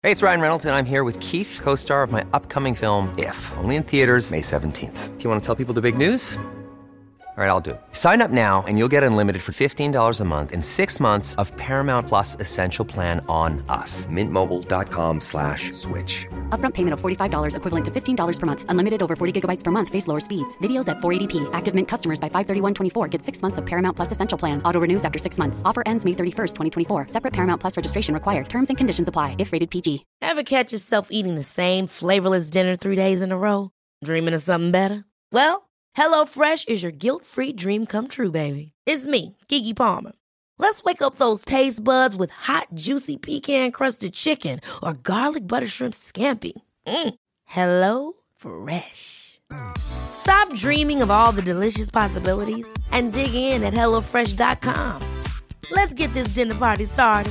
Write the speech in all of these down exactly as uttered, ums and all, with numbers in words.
Hey, it's Ryan Reynolds, and I'm here with Keith, co-star of my upcoming film, If, only in theaters May seventeenth. Do you want to tell people the big news? All right, I'll do it. Sign up now and you'll get unlimited for fifteen dollars a month and six months of Paramount Plus Essential Plan on us. Mint Mobile dot com slash switch. Upfront payment of forty-five dollars equivalent to fifteen dollars per month. Unlimited over forty gigabytes per month. Face lower speeds. Videos at four eighty p. Active Mint customers by five thirty-one twenty-four get six months of Paramount Plus Essential Plan. Auto renews after six months. Offer ends May thirty-first, twenty twenty-four. Separate Paramount Plus registration required. Terms and conditions apply if rated P G. Ever catch yourself eating the same flavorless dinner three days in a row? Dreaming of something better? Well, HelloFresh is your guilt-free dream come true, baby. It's me, Keke Palmer. Let's wake up those taste buds with hot, juicy pecan-crusted chicken or garlic butter shrimp scampi. Mm. Hello Fresh. Stop dreaming of all the delicious possibilities and dig in at hello fresh dot com. Let's get this dinner party started.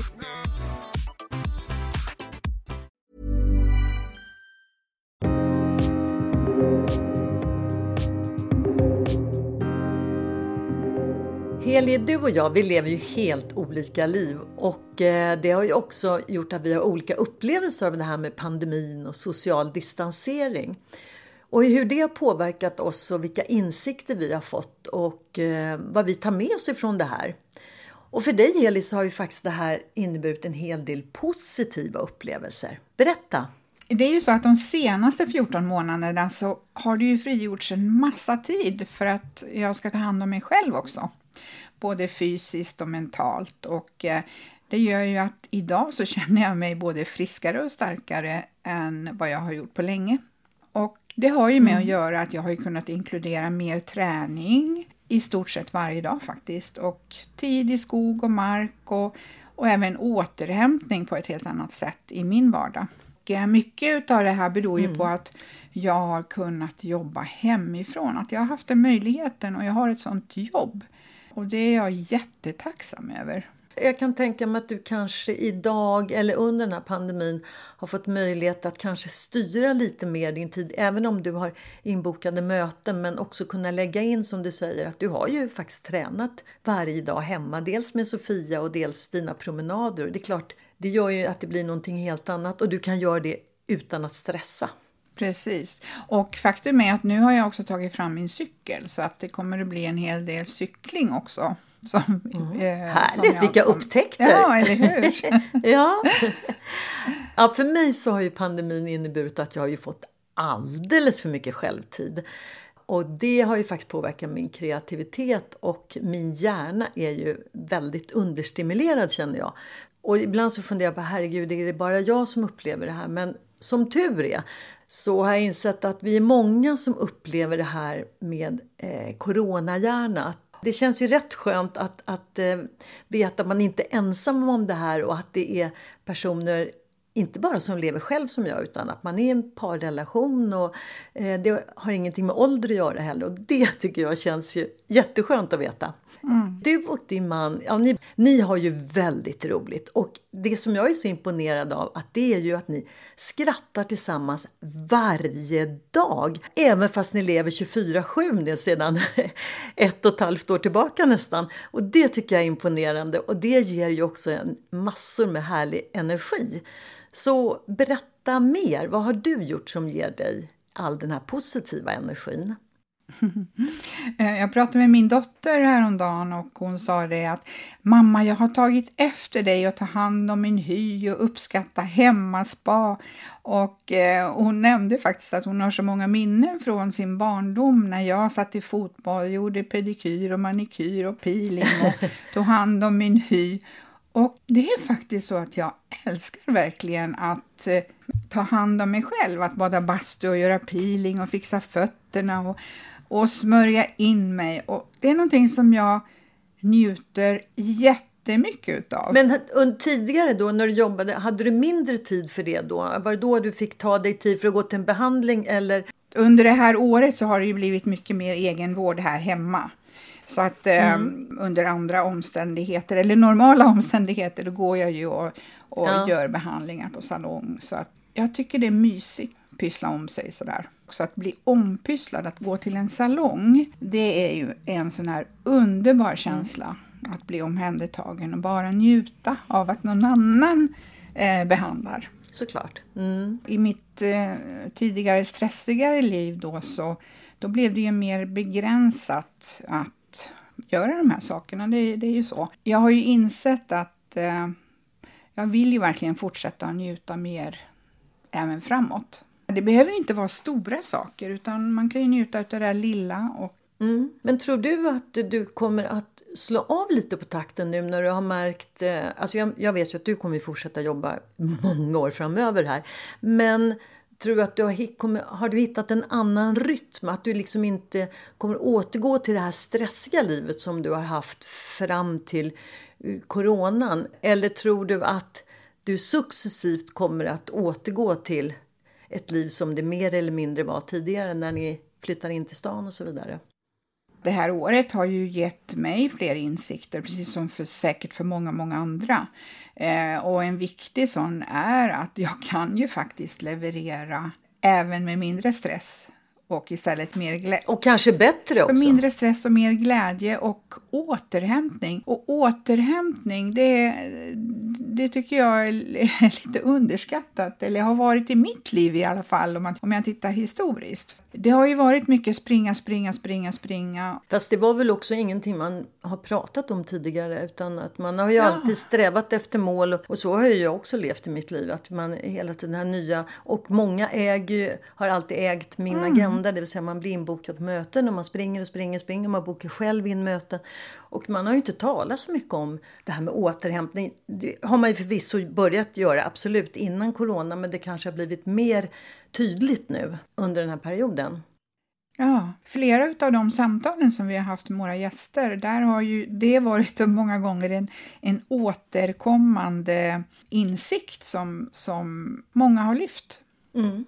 Heli, du och jag, vi lever ju helt olika liv och det har ju också gjort att vi har olika upplevelser av det här med pandemin och social distansering. Och hur det har påverkat oss och vilka insikter vi har fått och vad vi tar med oss ifrån det här. Och för dig, Heli, så har ju faktiskt det här inneburit en hel del positiva upplevelser. Berätta! Det är ju så att de senaste fjorton månaderna så har det ju frigjorts en massa tid för att jag ska ta hand om mig själv också. Både fysiskt och mentalt. Och eh, det gör ju att idag så känner jag mig både friskare och starkare än vad jag har gjort på länge. Och det har ju med mm. att göra att jag har ju kunnat inkludera mer träning i stort sett varje dag faktiskt. Och tid i skog och mark och, och även återhämtning på ett helt annat sätt i min vardag. Och mycket av det här beror ju mm. på att jag har kunnat jobba hemifrån. Att jag har haft den möjligheten och jag har ett sånt jobb. Och det är jag jättetacksam över. Jag kan tänka mig att du kanske idag eller under den här pandemin har fått möjlighet att kanske styra lite mer din tid. Även om du har inbokade möten, men också kunna lägga in, som du säger, att du har ju faktiskt tränat varje dag hemma. Dels med Sofia och dels dina promenader. Och det är klart, det gör ju att det blir någonting helt annat och du kan göra det utan att stressa. Precis. Och faktum är att nu har jag också tagit fram min cykel så att det kommer att bli en hel del cykling också. Som, mm. eh, Härligt, som vilka kom... upptäckter! Ja, eller hur? ja. ja, för mig så har ju pandemin inneburit att jag har ju fått alldeles för mycket självtid. Och det har ju faktiskt påverkat min kreativitet och min hjärna är ju väldigt understimulerad, känner jag. Och ibland så funderar jag på, herregud, är det bara jag som upplever det här? Men som tur är så har jag insett att vi är många som upplever det här med eh, coronahjärna. Det känns ju rätt skönt att, att eh, veta att man inte är ensam om det här och att det är personer inte bara som lever själv som jag, utan att man är en parrelation och eh, det har ingenting med ålder att göra heller. Och det tycker jag känns ju jätteskönt att veta. Mm. Du och din man, ja, ni, ni har ju väldigt roligt. Och det som jag är så imponerad av, att det är ju att ni skrattar tillsammans varje dag. Även fast ni lever tjugofyra sju nu sedan ett och ett halvt år tillbaka nästan. Och det tycker jag är imponerande. Och det ger ju också en massor med härlig energi. Så berätta mer, vad har du gjort som ger dig all den här positiva energin? Jag pratade med min dotter häromdagen och hon sa det att mamma, jag har tagit efter dig och ta hand om min hy och uppskatta hemmaspa. Och eh, hon nämnde faktiskt att hon har så många minnen från sin barndom när jag satt i fotboll, gjorde pedikyr och manikyr och peeling och tog hand om min hy. Och det är faktiskt så att jag älskar verkligen att eh, ta hand om mig själv. Att bada bastu och göra peeling och fixa fötterna och, och smörja in mig. Och det är någonting som jag njuter jättemycket utav. Men tidigare då när du jobbade, hade du mindre tid för det då? Var det då du fick ta dig tid för att gå till en behandling eller? Under det här året så har det ju blivit mycket mer egenvård här hemma. Så att eh, mm. under andra omständigheter eller normala omständigheter då går jag ju och, och ja. gör behandlingar på salong. Så att jag tycker det är mysigt att pyssla om sig sådär. Så att bli ompysslad, att gå till en salong, det är ju en sån här underbar känsla. Mm. Att bli omhändertagen och bara njuta av att någon annan eh, behandlar. såklart. Mm. I mitt eh, tidigare stressigare liv då så då blev det ju mer begränsat att göra de här sakerna. Det, det är ju så. Jag har ju insett att eh, jag vill ju verkligen fortsätta att njuta mer även framåt. Det behöver inte vara stora saker utan man kan ju njuta av det där lilla. Och... Mm. Men tror du att du kommer att slå av lite på takten nu när du har märkt... Eh, alltså jag, jag vet ju att du kommer fortsätta jobba många år framöver här. Men tror du att du har, kommer, har du hittat en annan rytm? Att du liksom inte kommer återgå till det här stressiga livet som du har haft fram till coronan? Eller tror du att du successivt kommer att återgå till ett liv som det mer eller mindre var tidigare när ni flyttar in till stan och så vidare? Det här året har ju gett mig fler insikter, precis som för, säkert för många, många andra. Eh, och en viktig sån är att jag kan ju faktiskt leverera även med mindre stress. Och istället mer glädje. Och kanske bättre också. Mindre stress och mer glädje och återhämtning. Och återhämtning, det, det tycker jag är lite underskattat. Eller har varit i mitt liv i alla fall, om, man, om jag tittar historiskt. Det har ju varit mycket springa, springa, springa, springa. Fast det var väl också ingenting man har pratat om tidigare. Utan att man har ju ja. alltid strävat efter mål. Och, och så har ju jag också levt i mitt liv. Att man hela tiden här nya. Och många äger, har alltid ägt min mm. agenda. Det vill säga man blir inbokad på möten. Och man springer och springer och springer. Man bokar själv in möten. Och man har ju inte talat så mycket om det här med återhämtning. Det har man ju förvisso börjat göra absolut innan corona. Men det kanske har blivit mer tydligt nu under den här perioden. Ja, flera av de samtalen som vi har haft med våra gäster, där har ju det varit många gånger en, en återkommande insikt som, som många har lyft. Mm.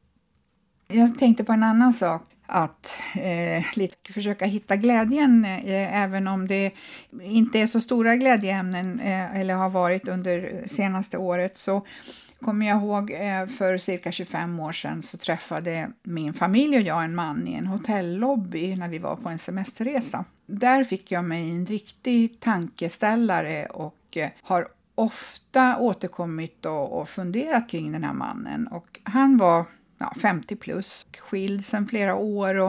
Jag tänkte på en annan sak, att eh, lite försöka hitta glädjen eh, även om det inte är så stora glädjeämnen eh, eller har varit under senaste året, så kommer jag ihåg eh, för cirka tjugofem år sedan så träffade min familj och jag en man i en hotellobby när vi var på en semesterresa. Där fick jag mig en riktig tankeställare och eh, har ofta återkommit och, och funderat kring den här mannen. Och han var ja, femtio plus, skild sedan flera år. Och,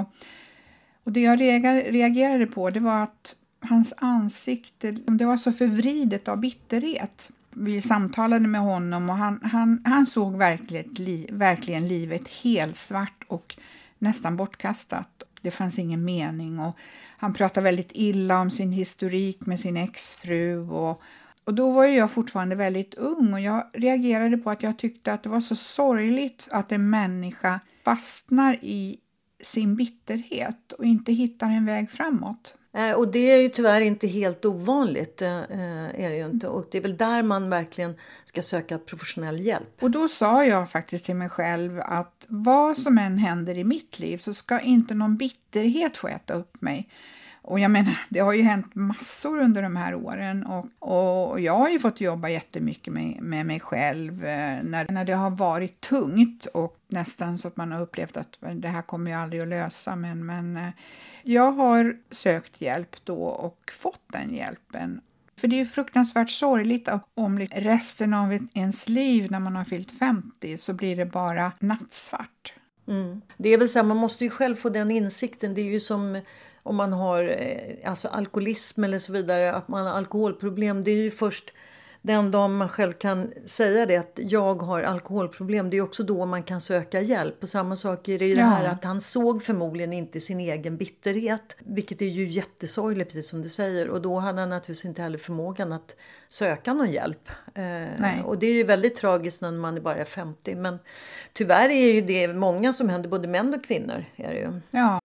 och det jag reagerade på, det var att hans ansikte, det var så förvridet av bitterhet. Vi samtalade med honom och han, han, han såg verkligen, li, verkligen livet helt svart och nästan bortkastat. Det fanns ingen mening och han pratade väldigt illa om sin historik med sin exfru. Och, och då var jag fortfarande väldigt ung och jag reagerade på att jag tyckte att det var så sorgligt att en människa fastnar i sin bitterhet och inte hittar en väg framåt. Och det är ju tyvärr inte helt ovanligt, är det ju inte. Och det är väl där man verkligen ska söka professionell hjälp. Och då sa jag faktiskt till mig själv att vad som än händer i mitt liv så ska inte någon bitterhet få äta upp mig. Och jag menar, det har ju hänt massor under de här åren och, och jag har ju fått jobba jättemycket med, med mig själv när, när det har varit tungt och nästan så att man har upplevt att det här kommer jag aldrig att lösa. Men, men jag har sökt hjälp då och fått den hjälpen. För det är ju fruktansvärt sorgligt om resten av ens liv när man har fyllt femtio så blir det bara nattsvart. Mm. Det är väl så här, man måste ju själv få den insikten. Det är ju som om man har alltså alkoholism eller så vidare, att man har alkoholproblem. Det är ju först den dag man själv kan säga det, att jag har alkoholproblem. Det är också då man kan söka hjälp. Och samma sak är det ju ja. det här att han såg förmodligen inte sin egen bitterhet. Vilket är ju jättesorgligt, precis som du säger. Och då hade han naturligtvis inte heller förmågan att söka någon hjälp. Eh, och det är ju väldigt tragiskt när man bara är femtio. Men tyvärr är ju det många som händer, både män och kvinnor. Är det ju. Ja.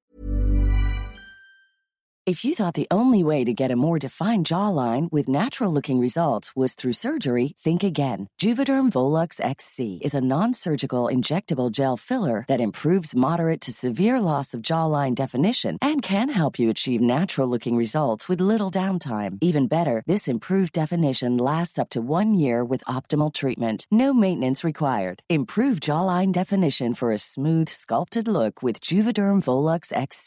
If you thought the only way to get a more defined jawline with natural-looking results was through surgery, think again. Juvederm Volux X C is a non-surgical injectable gel filler that improves moderate to severe loss of jawline definition and can help you achieve natural-looking results with little downtime. Even better, this improved definition lasts up to one year with optimal treatment. No maintenance required. Improve jawline definition for a smooth, sculpted look with Juvederm Volux X C.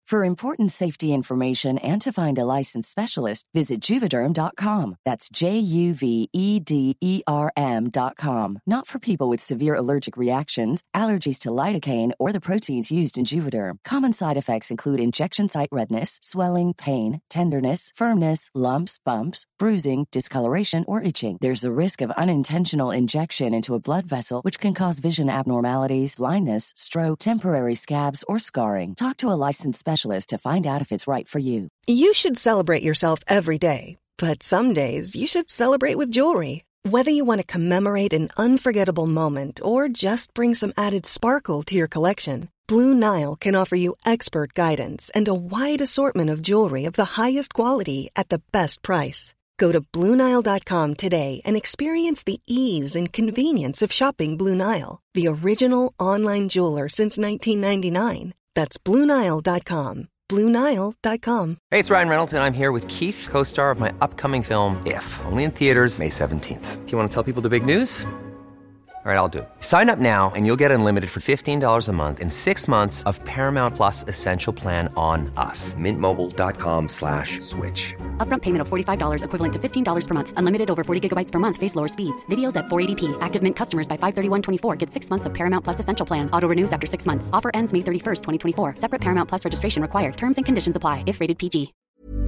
For important safety information and to find a licensed specialist, visit Juvederm dot com. That's J U V E D E R M dot com. Not for people with severe allergic reactions, allergies to lidocaine, or the proteins used in Juvederm. Common side effects include injection site redness, swelling, pain, tenderness, firmness, lumps, bumps, bruising, discoloration, or itching. There's a risk of unintentional injection into a blood vessel, which can cause vision abnormalities, blindness, stroke, temporary scabs, or scarring. Talk to a licensed specialist to find out if it's right for you. You should celebrate yourself every day, but some days you should celebrate with jewelry. Whether you want to commemorate an unforgettable moment or just bring some added sparkle to your collection, Blue Nile can offer you expert guidance and a wide assortment of jewelry of the highest quality at the best price. Go to Blue Nile dot com today and experience the ease and convenience of shopping Blue Nile, the original online jeweler since nineteen ninety-nine. That's Blue Nile dot com. Blue Nile dot com. Hey, it's Ryan Reynolds, and I'm here with Keith, co-star of my upcoming film, If, only in theaters May seventeenth. Do you want to tell people the big news? All right, I'll do it. Sign up now and you'll get unlimited for fifteen dollars a month and six months of Paramount Plus Essential Plan on us. Mint Mobile dot com slash switch. Upfront payment of forty-five dollars equivalent to fifteen dollars per month. Unlimited over forty gigabytes per month. Face lower speeds. Videos at four eighty p. Active Mint customers by five thirty-one twenty-four get six months of Paramount Plus Essential Plan. Auto renews after six months. Offer ends May thirty-first, twenty twenty-four. Separate Paramount Plus registration required. Terms and conditions apply if rated P G.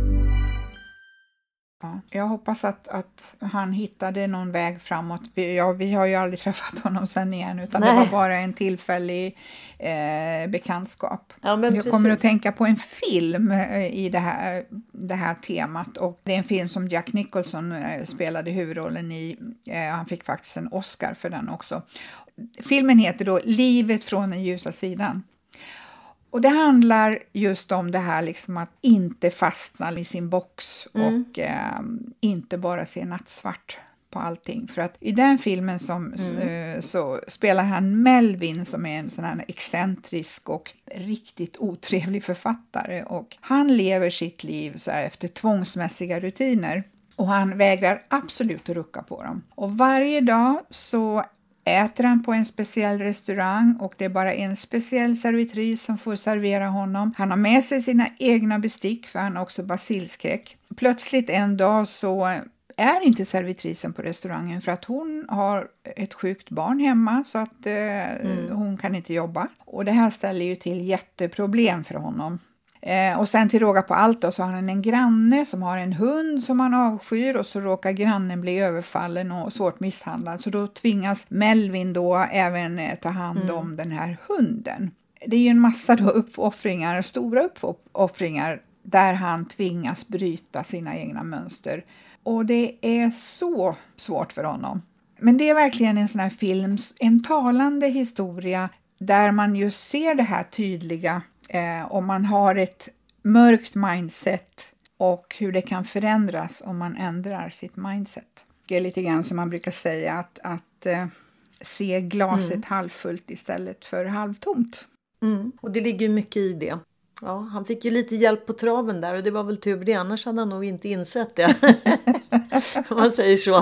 Ja, jag hoppas att, att han hittade någon väg framåt. Vi, ja, vi har ju aldrig träffat honom sen igen, utan Nej. Det var bara en tillfällig eh, bekantskap. Ja, men jag precis. kommer att tänka på en film eh, i det här, det här temat. Och det är en film som Jack Nicholson eh, spelade huvudrollen i. Eh, han fick faktiskt en Oscar för den också. Filmen heter då Livet från den ljusa sidan. Och det handlar just om det här liksom att inte fastna i sin box mm. och eh, inte bara se nattsvart på allting. För att i den filmen som, mm. så, så spelar han Melvin som är en sån här excentrisk och riktigt otrevlig författare. Och han lever sitt liv så här efter tvångsmässiga rutiner. Och han vägrar absolut att rucka på dem. Och varje dag så äter han på en speciell restaurang och det är bara en speciell servitris som får servera honom. Han har med sig sina egna bestick för han har också basilskräck. Plötsligt en dag så är inte servitrisen på restaurangen för att hon har ett sjukt barn hemma så att eh, mm. hon kan inte jobba. Och det här ställer ju till jätteproblem för honom. Eh, och sen till råga på allt då, så har han en granne som har en hund som han avskyr och så råkar grannen bli överfallen och svårt misshandlad. Så då tvingas Melvin då även eh, ta hand mm. om den här hunden. Det är ju en massa då uppoffringar, stora uppoffringar där han tvingas bryta sina egna mönster. Och det är så svårt för honom. Men det är verkligen en sån här film, en talande historia där man just ser det här tydliga. Eh, om man har ett mörkt mindset och hur det kan förändras om man ändrar sitt mindset. Det är lite grann som man brukar säga att, att eh, se glaset mm. halvfullt istället för halvtomt. Mm. Och det ligger mycket i det. Ja, han fick ju lite hjälp på traven där och det var väl tur det, annars hade han nog inte insett det. Om man säger så.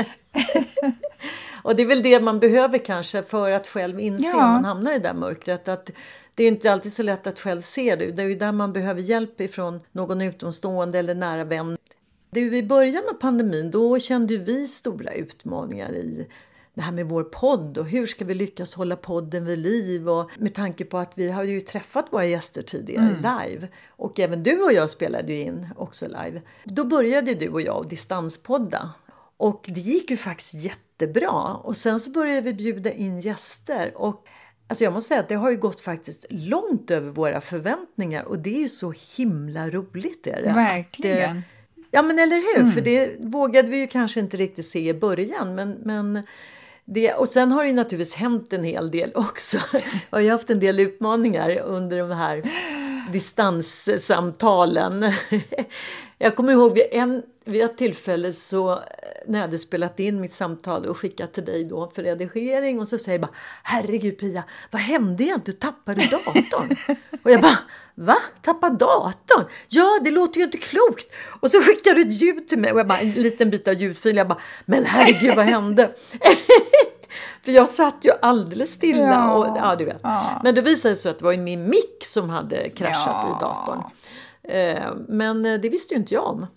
Och det är väl det man behöver kanske för att själv inse ja. om man hamnar i det där mörkret. Att det är inte alltid så lätt att själv se det. Det är ju där man behöver hjälp ifrån någon utomstående eller nära vän. Det är ju i början av pandemin, då kände vi stora utmaningar i det här med vår podd. Och hur ska vi lyckas hålla podden vid liv? Och med tanke på att vi har ju träffat våra gäster tidigare mm. live. Och även du och jag spelade ju in också live. Då började du och jag distanspodda. Och det gick ju faktiskt jättebra. Och sen så började vi bjuda in gäster. Och alltså jag måste säga att det har ju gått faktiskt långt över våra förväntningar. Och det är ju så himla roligt. Är det? Verkligen. Att, ja men eller hur? Mm. För det vågade vi ju kanske inte riktigt se i början. Men, men det, och sen har det ju naturligtvis hänt en hel del också. Jag har ju haft en del utmaningar under de här distanssamtalen. Jag kommer ihåg vid, en, vid ett tillfälle så när jag hade spelat in mitt samtal och skickat till dig då för redigering. Och så säger jag bara, herregud Pia, vad hände egentligen? Du tappade datorn. Och jag bara, va? Tappa datorn? Ja, det låter ju inte klokt. Och så skickar du ett ljud till mig och jag bara, en liten bit av ljudfil. Jag bara, men herregud vad hände? För jag satt ju alldeles stilla. Ja. Och, ja, du vet. Ja. Men det visade sig att det var ju min mick som hade kraschat Ja. i datorn. Men det visste ju inte jag om.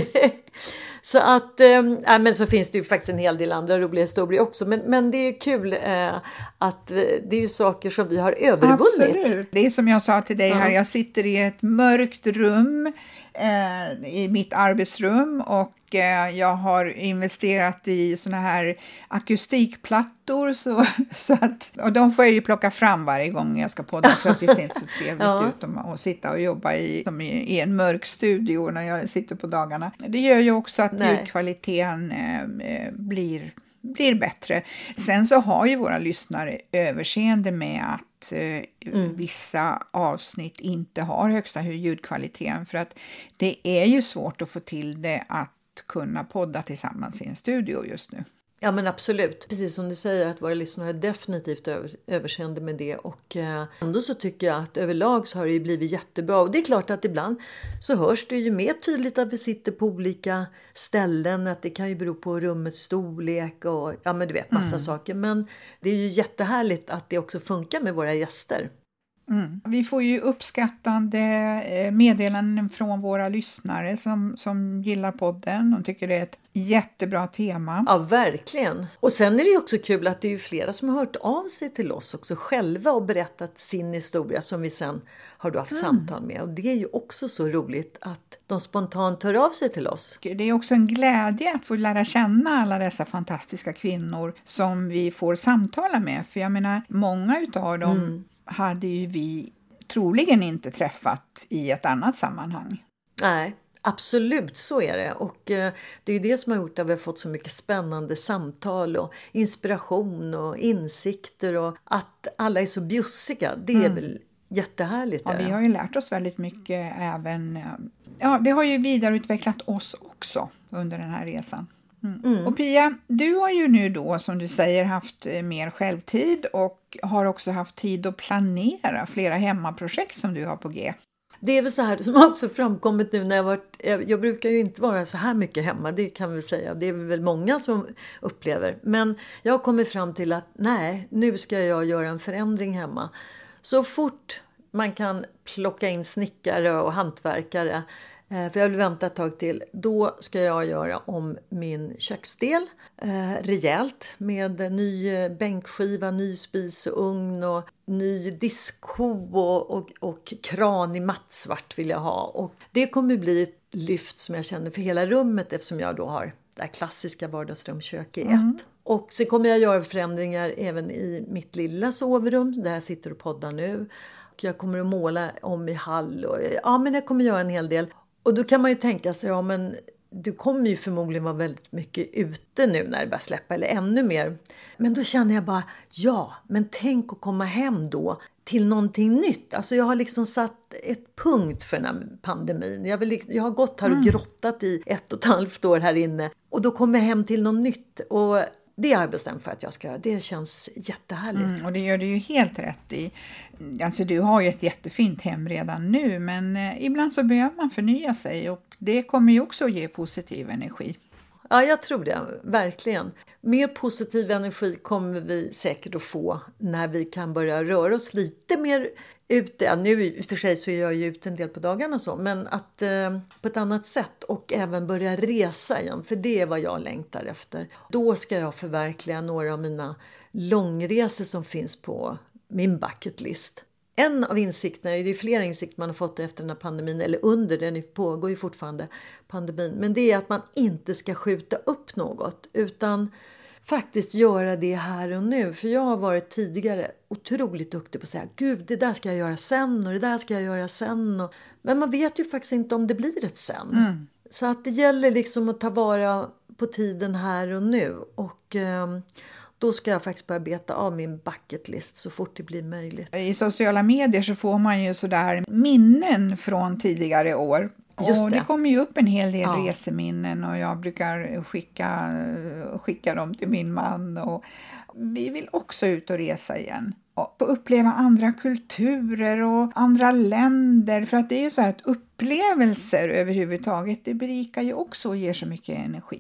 Så att, äh, men så finns det ju faktiskt en hel del andra roliga historier också. Men, men det är kul äh, att det är ju saker som vi har övervunnit. Absolut. Det är som jag sa till dig här, Ja. jag sitter i ett mörkt rum, eh, i mitt arbetsrum, och eh, jag har investerat i såna här akustikplattor, så, så att, och de får jag ju plocka fram varje gång jag ska podda, för att det ser inte så trevligt Ja. ut att, att sitta och jobba i, som i, i en mörk studio när jag sitter på dagarna. Det gör ju också att Nej. ljudkvaliteten eh, blir blir bättre. Sen så har ju våra lyssnare överseende med att eh, mm. vissa avsnitt inte har högsta ljudkvaliteten, för att det är ju svårt att få till det att kunna podda tillsammans i en studio just nu. Ja, men absolut. Precis som du säger, att våra lyssnare är definitivt över, överseende med det. Och eh, ändå så tycker jag att överlag så har det ju blivit jättebra. Och det är klart att ibland så hörs det ju mer tydligt att vi sitter på olika ställen. Att det kan ju bero på rummets storlek och ja, men du vet, massa mm. saker. Men det är ju jättehärligt att det också funkar med våra gäster. Mm. Vi får ju uppskattande meddelanden från våra lyssnare som, som gillar podden och tycker det är ett jättebra tema. Ja, verkligen. Och sen är det ju också kul att det är ju flera som har hört av sig till oss också själva och berättat sin historia som vi sen har då haft mm. samtal med. Och det är ju också så roligt att de spontant hör av sig till oss. Det är också en glädje att få lära känna alla dessa fantastiska kvinnor som vi får samtala med. För jag menar, många utav dem mm. hade ju vi troligen inte träffat i ett annat sammanhang. Nej, absolut så är det. Och eh, det är ju det som har gjort att vi har fått så mycket spännande samtal och inspiration och insikter. Och att alla är så bjussiga, det är mm. väl jättehärligt. Ja, vi har ju lärt oss väldigt mycket även. Ja, det har ju vidareutvecklat oss också under den här resan. Mm. Mm. Och Pia, du har ju nu då som du säger haft mer självtid och har också haft tid att planera flera hemmaprojekt som du har på G. Det är väl så här som också framkommit nu när jag varit, jag brukar ju inte vara så här mycket hemma, det kan vi säga, det är väl många som upplever. Men jag har kommit fram till att nej, nu ska jag göra en förändring hemma. Så fort man kan plocka in snickare och hantverkare, för jag vill vänta ett tag till, då ska jag göra om min köksdel eh, rejält med ny bänkskiva, ny spis och ugn och ny diskho och, och, och kran i mattsvart vill jag ha. Och det kommer bli ett lyft som jag känner för hela rummet eftersom jag då har det här klassiska vardagsrumskök i mm. ett. Och så kommer jag göra förändringar även i mitt lilla sovrum där jag sitter och poddar nu. Och jag kommer att måla om i hall och ja, men jag kommer göra en hel del. Och då kan man ju tänka sig, ja men du kommer ju förmodligen vara väldigt mycket ute nu när det börjar släppa eller ännu mer. Men då känner jag bara, ja men tänk att komma hem då till någonting nytt. Alltså jag har liksom satt ett punkt för den här pandemin. Jag, vill liksom, jag har gått här och mm. grottat i ett och ett halvt år här inne. Och då kommer jag hem till något nytt och det har jag bestämt för att jag ska göra. Det känns jättehärligt. Mm, och det gör du ju helt rätt i. Alltså du har ju ett jättefint hem redan nu. Men eh, ibland så behöver man förnya sig. Och det kommer ju också att ge positiv energi. Ja, jag tror det. Verkligen. Mer positiv energi kommer vi säkert att få när vi kan börja röra oss lite mer ute. Ja, nu i och för sig så gör jag ju ut en del på dagarna och så. Men att eh, på ett annat sätt och även börja resa igen. För det är vad jag längtar efter. Då ska jag förverkliga några av mina långresor som finns på min bucket list. En av insikterna, det är flera insikter man har fått efter den här pandemin, eller under den pågår ju fortfarande pandemin, men det är att man inte ska skjuta upp något utan faktiskt göra det här och nu. För jag har varit tidigare otroligt duktig på att säga, gud det där ska jag göra sen och det där ska jag göra sen. Och, men man vet ju faktiskt inte om det blir ett sen. Mm. Så att det gäller liksom att ta vara på tiden här och nu och... Eh, Då ska jag faktiskt börja beta av min bucket list så fort det blir möjligt. I sociala medier så får man ju sådär minnen från tidigare år. Just och det. det kommer ju upp en hel del ja. reseminnen och jag brukar skicka, skicka dem till min man. Och vi vill också ut och resa igen. Och få uppleva andra kulturer och andra länder. För att det är ju så här att upplevelser överhuvudtaget, det berikar ju också och ger så mycket energi.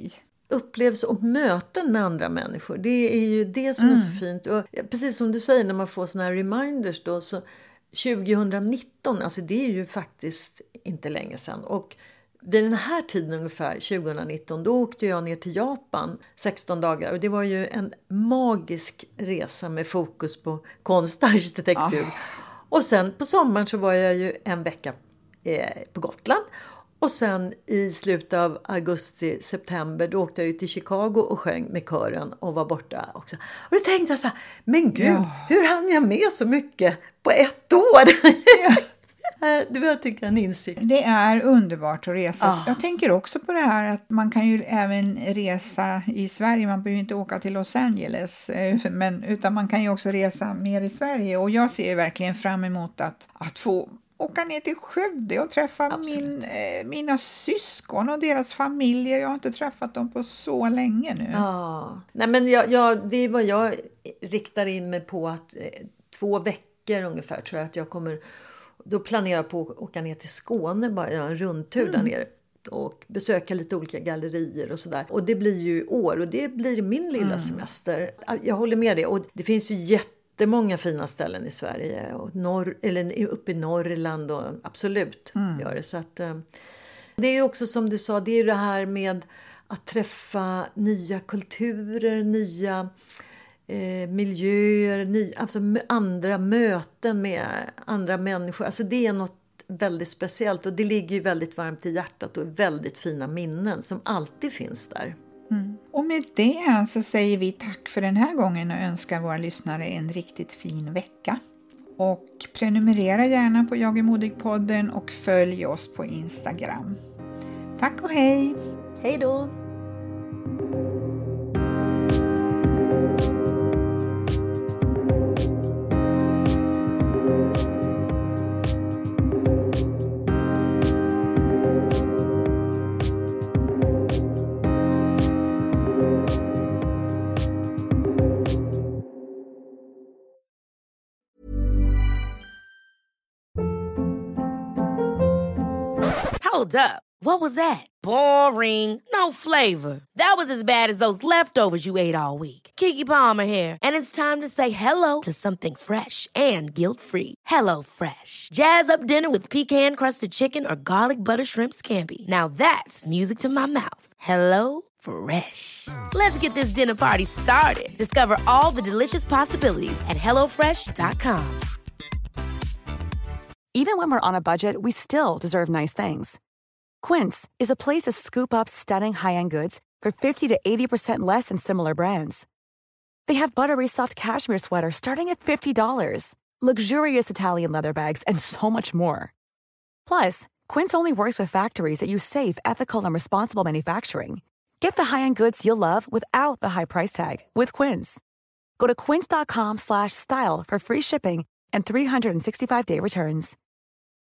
upplevelse och möten med andra människor. Det är ju det som mm. är så fint. Och precis som du säger, när man får såna här reminders då, så tjugonitton, alltså det är ju faktiskt inte länge sedan. Och vid den här tiden ungefär, tjugonitton, då åkte jag ner till Japan sexton dagar. Och det var ju en magisk resa med fokus på konst och arkitektur. Oh. Och sen på sommaren så var jag ju en vecka eh, på Gotland. Och sen i slutet av augusti, september, då åkte jag ut till Chicago och sjöng med kören och var borta också. Och då tänkte jag så här, men gud, ja. hur hann jag med så mycket på ett år? Ja. Det var jag tycker en insikt. Det är underbart att resa. Ah. Jag tänker också på det här att man kan ju även resa i Sverige. Man behöver inte åka till Los Angeles, men, utan man kan ju också resa mer i Sverige. Och jag ser ju verkligen fram emot att, att få åka ner till Skövde och träffa min, eh, mina syskon och deras familjer. Jag har inte träffat dem på så länge nu. Ja, nej men jag, jag, det är vad jag riktar in mig på, att eh, två veckor ungefär tror jag att jag kommer. Då planerar jag på att åka ner till Skåne, bara göra en rundtur mm. där nere och besöka lite olika gallerier och sådär. Och det blir ju år och det blir min lilla mm. semester. Jag håller med det, och det finns ju jättemånga fina ställen i Sverige och norr, eller uppe i Norrland, och absolut mm. gör det. Så att, det är ju också som du sa, det är det här med att träffa nya kulturer, nya Eh, miljöer, ny, alltså andra möten med andra människor. Alltså det är något väldigt speciellt, och det ligger ju väldigt varmt i hjärtat och väldigt fina minnen som alltid finns där. Mm. Och med det så säger vi tack för den här gången och önskar våra lyssnare en riktigt fin vecka. Och prenumerera gärna på Jag är modig-podden och följ oss på Instagram. Tack och hej! Hej då! Hold up. What was that? Boring. No flavor. That was as bad as those leftovers you ate all week. Keke Palmer here, and it's time to say hello to something fresh and guilt-free. Hello Fresh. Jazz up dinner with pecan-crusted chicken or garlic butter shrimp scampi. Now that's music to my mouth. Hello Fresh. Let's get this dinner party started. Discover all the delicious possibilities at hello fresh dot com. Even when we're on a budget, we still deserve nice things. Quince is a place to scoop up stunning high-end goods for fifty to eighty percent less than similar brands. They have buttery soft cashmere sweaters starting at fifty dollars, luxurious Italian leather bags, and so much more. Plus, Quince only works with factories that use safe, ethical, and responsible manufacturing. Get the high-end goods you'll love without the high price tag with Quince. Go to quince dot com slash style for free shipping and three sixty-five day returns.